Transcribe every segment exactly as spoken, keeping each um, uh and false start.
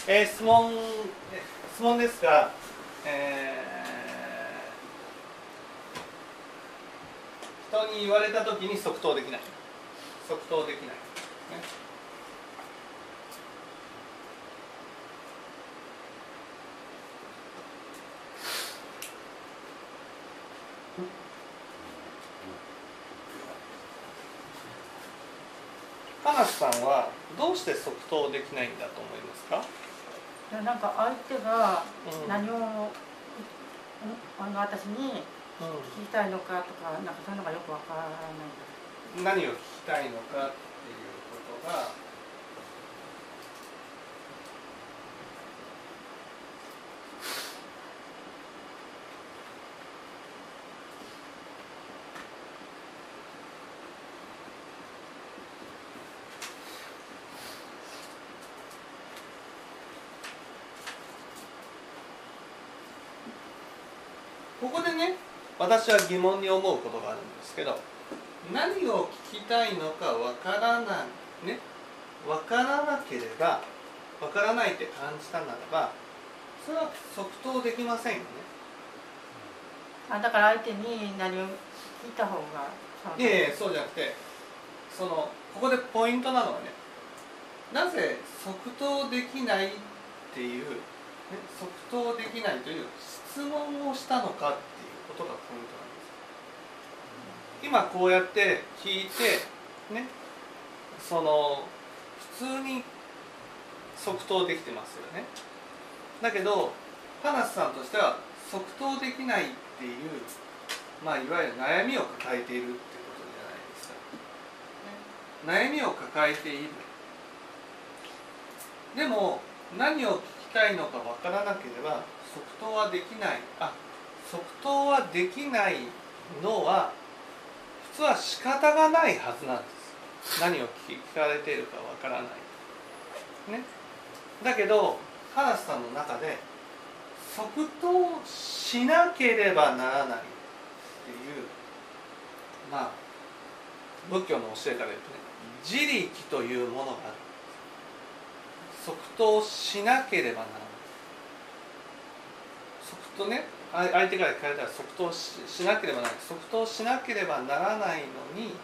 えー、質問質問ですが、えー、人に言われたときに即答できない即答できない、ね、花さんはどうして即答できないんだと思いますか？ なんか相手が何を、うん、あの私に聞きたいのかとか、なんかそういうのがよくわからない。 何を聞きたいのかっていうことがここでね、私は疑問に思うことがあるんですけど、何を聞きたいのかわからないね、わからなければ、わからないって感じたならば、それは即答できませんよね。 あ、だから相手に何を聞いた方が。 いやいや、そうじゃなくて、そのここでポイントなのはね、なぜ即答できないっていう、ね、即答できないという質問をしたのかっていうことがポイントなんです。今こうやって聞いてね、その普通に即答できてますよね。だけど花さんとしては即答できないっていう、まあ、いわゆる悩みを抱えているっていうことじゃないですか、ね、悩みを抱えている。でも何を聞きたいのかわからなければ即答はできない。あ、即答はできないのは普通は仕方がないはずなんです。何を聞かれているかわからない、ね、だけど花さんの中で即答しなければならないっていう、まあ仏教の教えから言うとね、自力というものがある。即答しなければならない。即答ね、相手から聞かれたら即答 し, しなければならない。即答しなければならないのに、ね、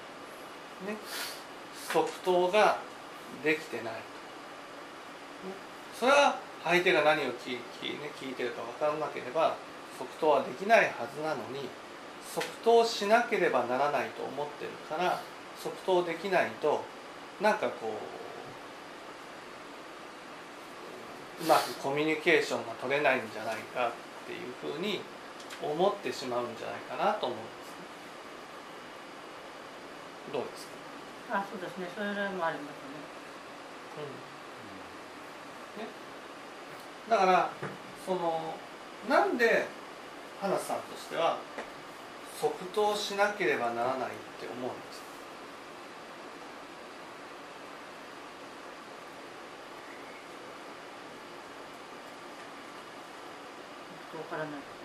即答ができてない。それは相手が何を聞い、ね、聞いてるか分からなければ即答はできないはずなのに、即答しなければならないと思ってるから即答できないと、なんかこううまくコミュニケーションが取れないんじゃないかっていうふうに思ってしまうんじゃないかなと思うんですね。どうですか？ あ、そうですね。それもありますね。 うん。ね。だからそのなんで花さんとしては即答しなければならないって思うんですか？ わからないですね。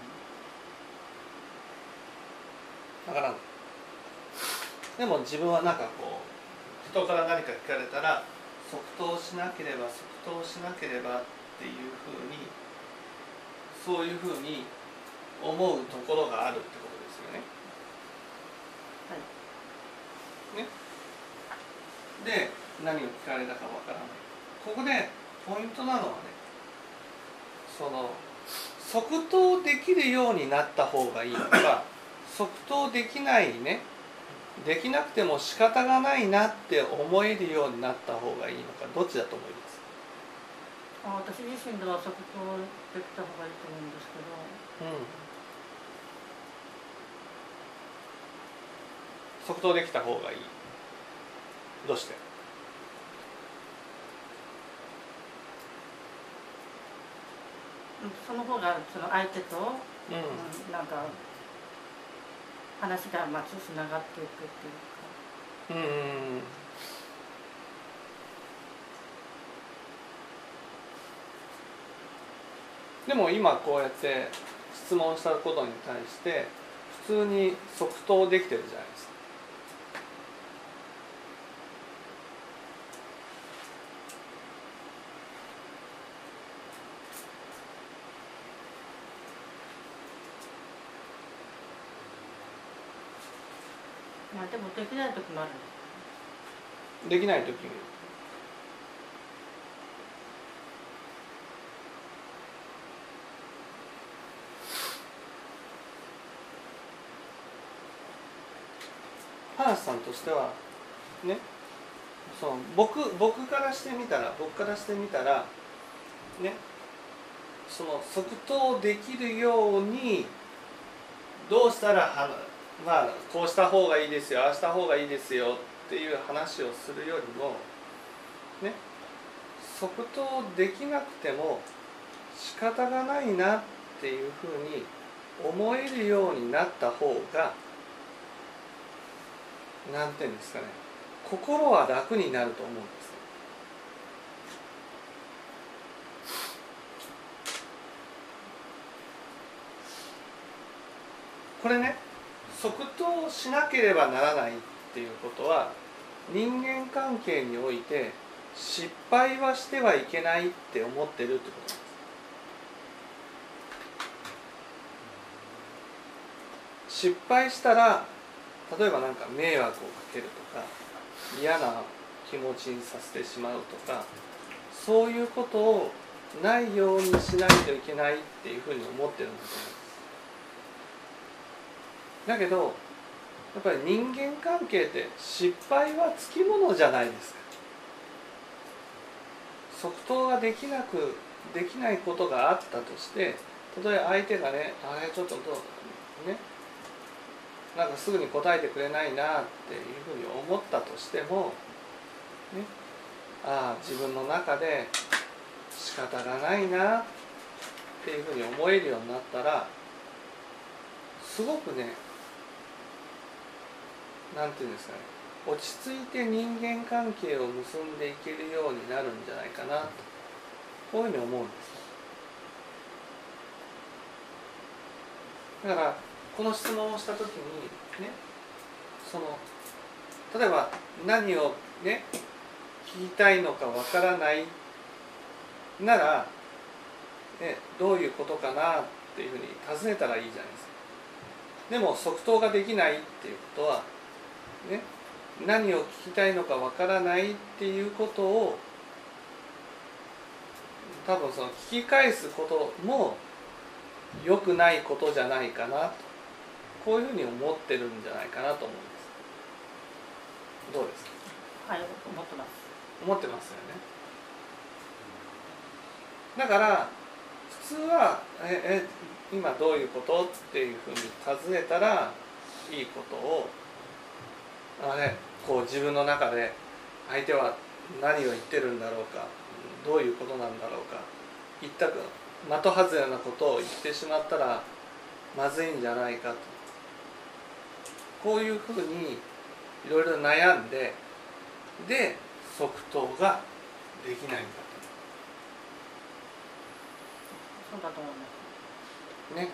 わからない。でも自分はなんかこう人から何か聞かれたら即答しなければ即答しなければっていうふうに、そういうふうに思うところがあるってことですよね。 はい。 ね。で、何を聞かれたかわからない。ここでポイントなのはね、その即答できるようになった方がいいのか、即答できないね、できなくても仕方がないなって思えるようになった方がいいのか、どっちだと思いますか？ あ、私自身では即答できた方がいいと思うんですけど、 うん、即答できた方がいい。どうして？ その方がその相手と、うんうん、なんか話がまずつながっていくっていうか。 うん。でも今こうやって質問したことに対して普通に即答できてるじゃないですか。 まあでもできない時もあるんですできない時に花さんとしてはね、その僕僕からしてみたら僕からしてみたらね、その即答できるようにどうしたらはまあこうした方がいいですよ、ああした方がいいですよっていう話をするよりもね、即答できなくても仕方がないなっていうふうに思えるようになった方が、なんていうんですかね、心は楽になると思うんです。これね、即答しなければならないっていうことは、人間関係において失敗はしてはいけないって思ってるってことなんです。失敗したら、例えばなんか迷惑をかけるとか、嫌な気持ちにさせてしまうとか、そういうことをないようにしないといけないっていうふうに思ってるんだと思うんです。だけどやっぱり人間関係って失敗はつきものじゃないですか。即答ができなくできないことがあったとして、たとえ相手がね、あれちょっとどうね、なんかすぐに答えてくれないなっていうふうに思ったとしても、ね、ああ自分の中で仕方がないなっていうふうに思えるようになったら、すごくね、なんていうんですかね、落ち着いて人間関係を結んでいけるようになるんじゃないかなと、こういうふうに思うんです。だからこの質問をしたときにね、その例えば何をね聞きたいのかわからないなら、ね、どういうことかなっていうふうに尋ねたらいいじゃないですか。でも即答ができないっていうことはね、何を聞きたいのかわからないっていうことを、多分その聞き返すことも良くないことじゃないかなと、こういうふうに思ってるんじゃないかなと思うんです。どうですか？ はい、思ってます。 思ってますよね。だから普通はええ今どういうことっていうふうに尋ねたらいいことを、あれこう自分の中で相手は何を言ってるんだろうか、どういうことなんだろうか、言ったく的外れなことを言ってしまったらまずいんじゃないかと、こういうふうにいろいろ悩んで、で即答ができないんだと。 そうだと思いますね。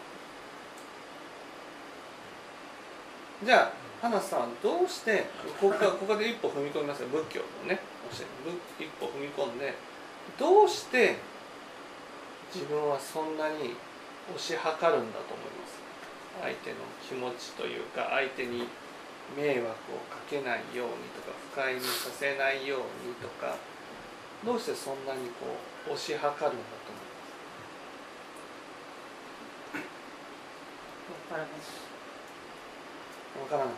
じゃあ花さんどうしてここかここで一歩踏み込みますよ。仏教のね教え一歩踏み込んで、どうして自分はそんなに推し量るんだと思います？相手の気持ちというか、相手に迷惑をかけないようにとか、不快にさせないようにとか、どうしてそんなにこう推し量るんだと思います？ わからない。 わからない。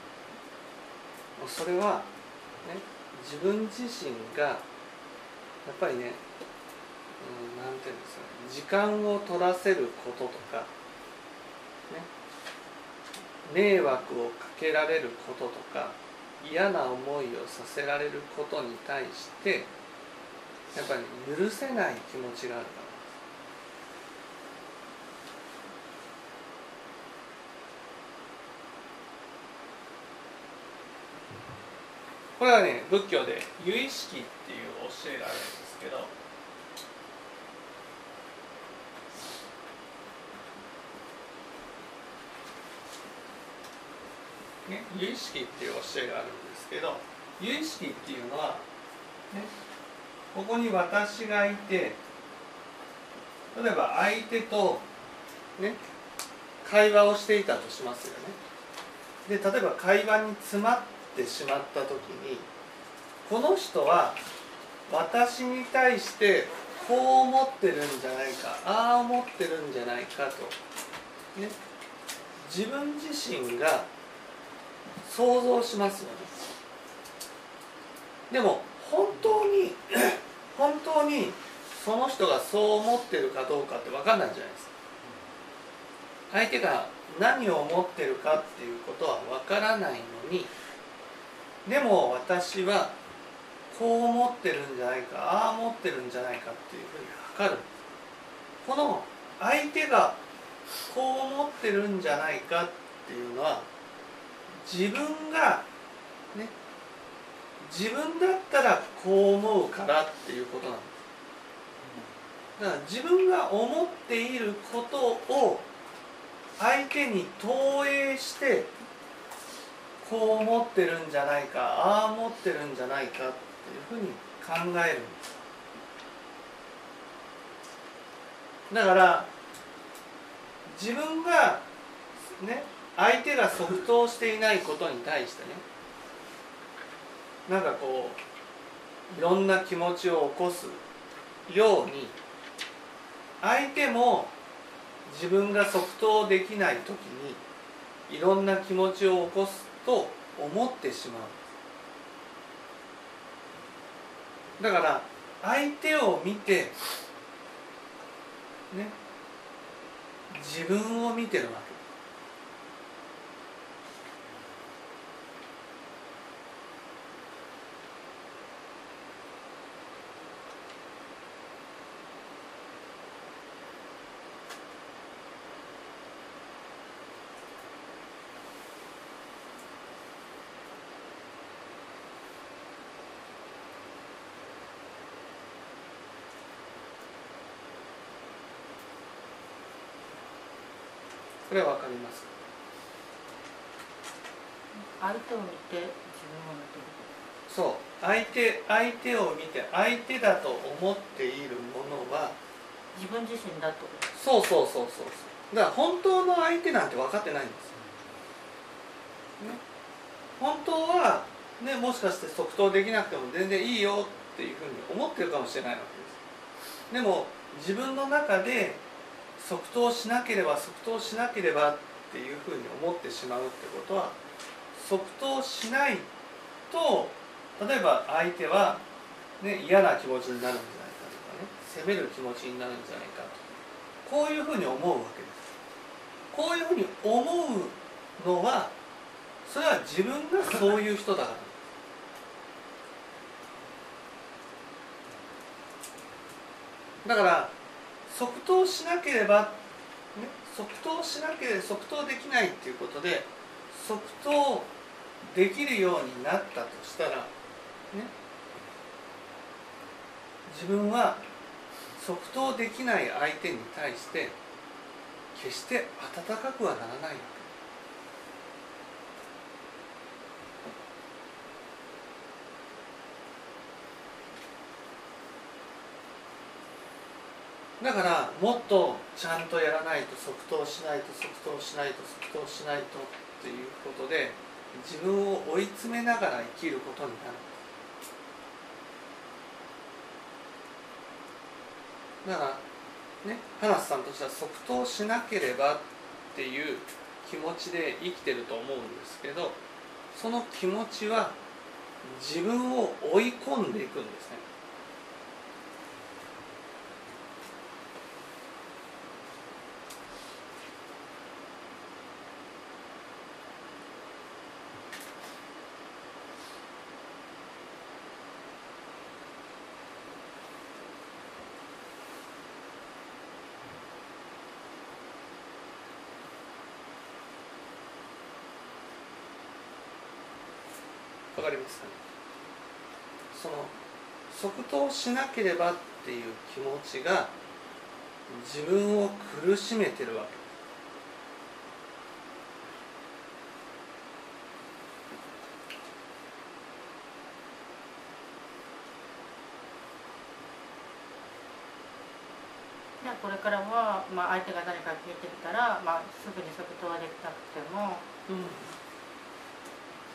それは、ね、自分自身がやっぱりね、うん、なんていうんですかね、時間を取らせることとか、ね、迷惑をかけられることとか、嫌な思いをさせられることに対してやっぱり許せない気持ちがあるから。これはね、仏教で由意識っていう教えがあるんですけど、ね、由意識っていう教えがあるんですけど、由意識っていうのは、ね、ここに私がいて、例えば相手と、ね、会話をしていたとしますよね。 で例えば会話に詰まってしまった時に、この人は私に対してこう思ってるんじゃないか、ああ思ってるんじゃないかと、ね、自分自身が想像しますよね。でも本当に本当にその人がそう思ってるかどうかって分かんないじゃないですか。相手が何を思ってるかっていうことは分からないのに、でも私はこう思ってるんじゃないか、ああ思ってるんじゃないかっていうふうに測る。この相手がこう思ってるんじゃないかっていうのは、自分がね、自分だったらこう思うからっていうことなんです。だから自分が思っていることを相手に投影して、こう思ってるんじゃないか、ああ思ってるんじゃないかっていうふうに考えるんです。だから自分がね、相手が即答していないことに対してね、なんかこういろんな気持ちを起こすように、相手も自分が即答できない時にいろんな気持ちを起こすと思ってしまう。だから相手を見てね、自分を見てるわけ。これは分かりますか？ 相手を見て自分を見てる。 そう、相手相手を見て、相手だと思っているものは自分自身だと。 そうそうそうそうそう。だから本当の相手なんて分かってないんですよ、ね、本当はね、もしかして即答できなくても全然いいよっていうふうに思ってるかもしれないわけです。でも自分の中で即答しなければ即答しなければっていうふうに思ってしまうってことは、即答しないと、例えば相手は、ね、嫌な気持ちになるんじゃないかとかね、責める気持ちになるんじゃないかと、こういうふうに思うわけです。こういうふうに思うのは、それは自分がそういう人だから。だから即答しなければ、ね、即答しなければ即答できないっていうことで、即答できるようになったとしたら、ね、自分は即答できない相手に対して決して温かくはならないわけ。だからもっとちゃんとやらないと、即答しないと即答しないと即答しないとっていうことで自分を追い詰めながら生きることになる。だからね、花さんとしては即答しなければっていう気持ちで生きてると思うんですけど、その気持ちは自分を追い込んでいくんですね。わかりますかね。その即答しなければっていう気持ちが自分を苦しめてるわけです。 じゃあこれからは、まあ、相手が何か聞いてきたら、まあ、すぐに即答はできなくても、 うん、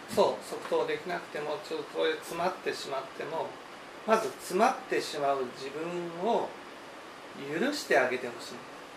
そう即答できなくてもちょっとこれ詰まってしまってもまず詰まってしまう自分を許してあげてほし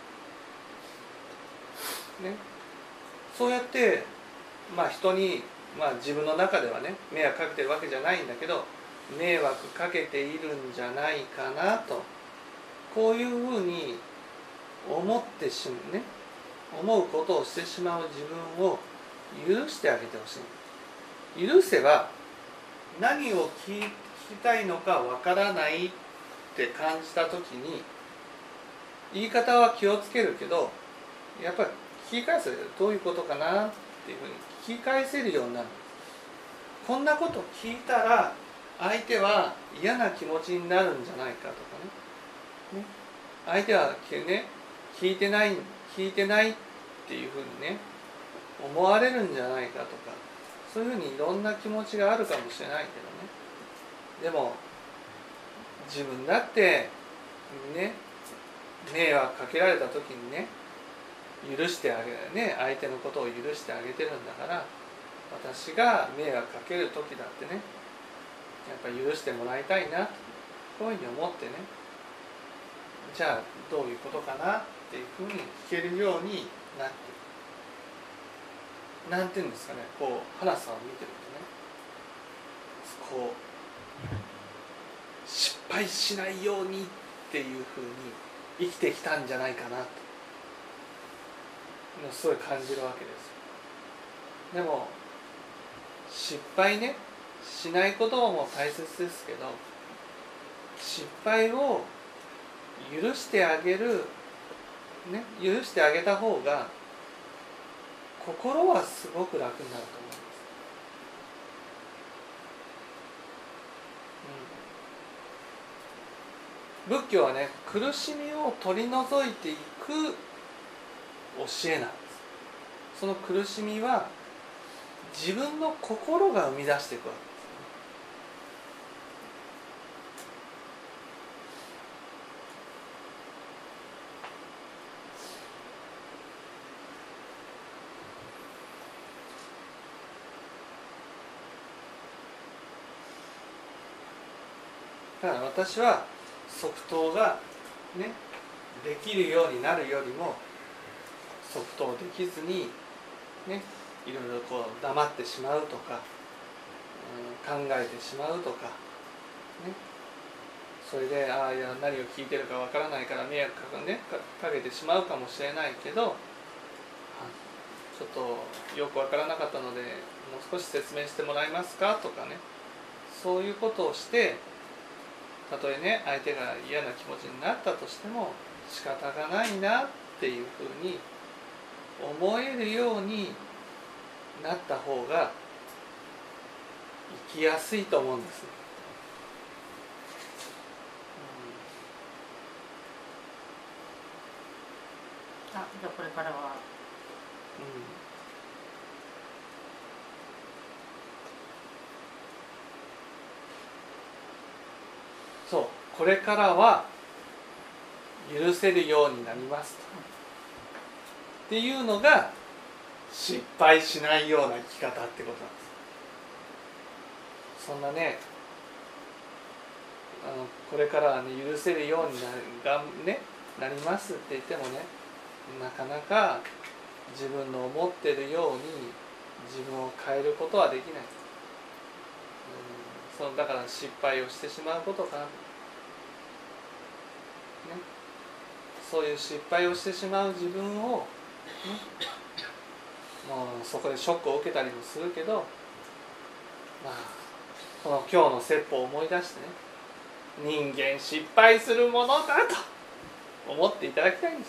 い、ね、そうやってまあ人に、まあ、自分の中ではね迷惑かけてるわけじゃないんだけど迷惑かけているんじゃないかなとこういうふうに思ってしまうね思うことをしてしまう自分を許してあげてほしい。許せば何を聞きたいのかわからないって感じた時に言い方は気をつけるけどやっぱり聞き返すどういうことかなっていうふうに聞き返せるようになる。こんなこと聞いたら相手は嫌な気持ちになるんじゃないかとかね、ね相手はね聞いてない聞いてないっていうふうにね思われるんじゃないかとかそういうふうにいろんな気持ちがあるかもしれないけどねでも自分だってね迷惑かけられた時にね許してあげるね相手のことを許してあげてるんだから私が迷惑かける時だってねやっぱり許してもらいたいなこういうふうに思ってねじゃあどういうことかなっていうふうに聞けるようになっていく。なんていうんですかねこう花さんを見てるとねこう失敗しないようにっていうふうに生きてきたんじゃないかなとすごい感じるわけです。でも失敗ねしないことも大切ですけど失敗を許してあげる、ね、許してあげた方が心はすごく楽になると思います、うん、仏教はね苦しみを取り除いていく教えなんです。その苦しみは自分の心が生み出していくわけです。だから私は即答がねできるようになるよりも即答できずにねいろいろこう黙ってしまうとか、うん、考えてしまうとかねそれでああいや何を聞いてるかわからないから迷惑か、ね、かけてしまうかもしれないけどちょっとよくわからなかったのでもう少し説明してもらえますかとかねそういうことをしてたとえね相手が嫌な気持ちになったとしても仕方がないなっていうふうに思えるようになった方が生きやすいと思うんですね、 うん、あじゃあこれからは、うんそうこれからは許せるようになりますと、うん、っていうのが失敗しないような生き方ってことなんです。そんなねあのこれからはね許せるようになるが、ね、なりますって言ってもねなかなか自分の思ってるように自分を変えることはできない、うん、そのだから失敗をしてしまうことかな、ね、そういう失敗をしてしまう自分を、ね、もうそこでショックを受けたりもするけど、まあ、この今日の説法を思い出してね人間失敗するものだと思っていただきたいんです。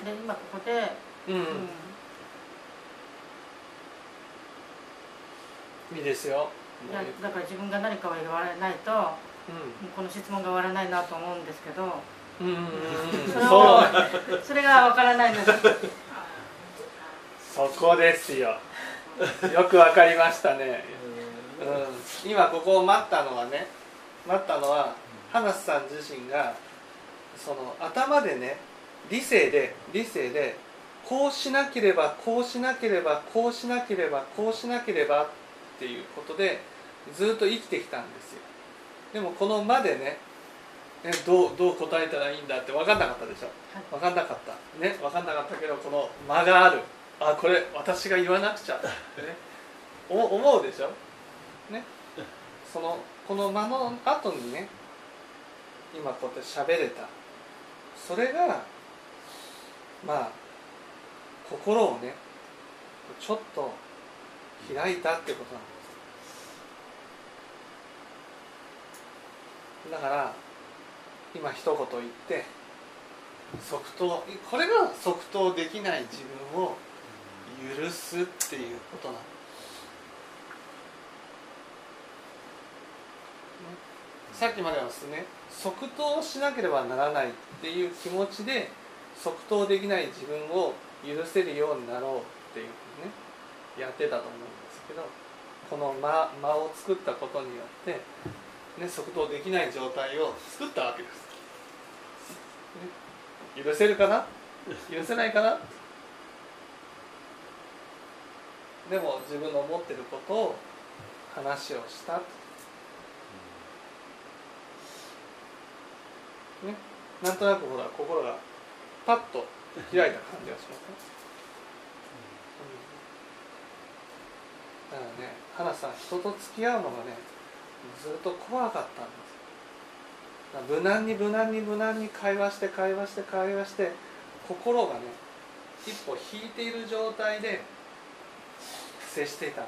で今ここで、 うん、うん、いいですよ。 いやだから自分が何かを言われないと、うん、この質問が終わらないなと思うんですけど、うんうんうん、それをそれがわからないのでそこですよ。よくわかりましたね。うん、今ここを待ったのはね、待ったのは花さん自身がその頭でね、理性で理性でこうしなければこうしなければこうしなければこうしなければっていうことでずっと生きてきたんですよ。でもこの間でね、えどうどう答えたらいいんだって分かんなかったでしょ。分かんなかったね、分かんなかったけど、この間がある。あ、これ私が言わなくちゃってね思うでしょ。ね、そのこの間の後にね、今こうやって喋れた。それがまあ心をねちょっと開いたってことなんです。だから今一言言って即答、これが即答できない自分を許すっていうことなんです。さっきまではですね、即答しなければならないっていう気持ちで即答できない自分を許せるようになろうっていうふうにねやってたと思うんですけど、この間、間を作ったことによって、ね、即答できない状態を作ったわけです、ね、許せるかな、許せないかな。でも自分の思ってることを話をしたと、ね、なんとなくほら心がパッと開いた感じがしますね。だからね、花さん、人と付き合うのがねずっと怖かったんです。無難に無難に無難に会話して会話して会話して心がね一歩引いている状態で接していたん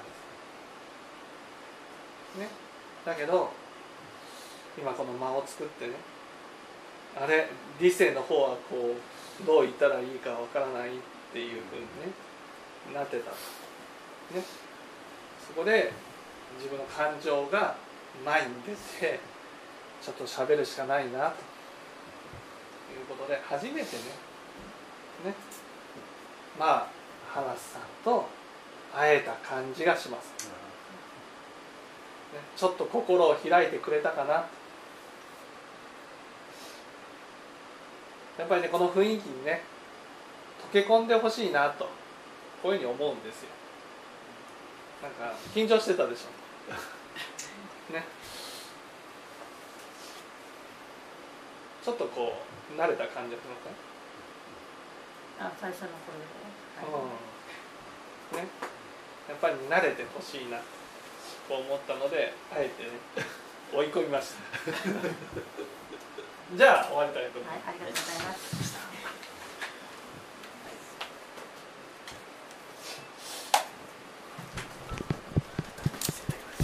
ですね。だけど今この間を作ってね、あれ理性の方はこうどう言ったらいいかわからないっていうふうに、ね、なってた、ね、そこで自分の感情が前に出てちょっと喋るしかないなということで初めてね、ね、まあ花さんと会えた感じがします、ね、ちょっと心を開いてくれたかな。やっぱりねこの雰囲気にね溶け込んでほしいなとこういうふうに思うんですよ。なんか緊張してたでしょね。ちょっとこう慣れた感じがしますか。 あ、最初の頃で、 はい、うん、ね、やっぱり慣れてほしいなと思ったのであえてね追い込みましたじゃあ終わりたいと思います。 はい、ありがとうございます。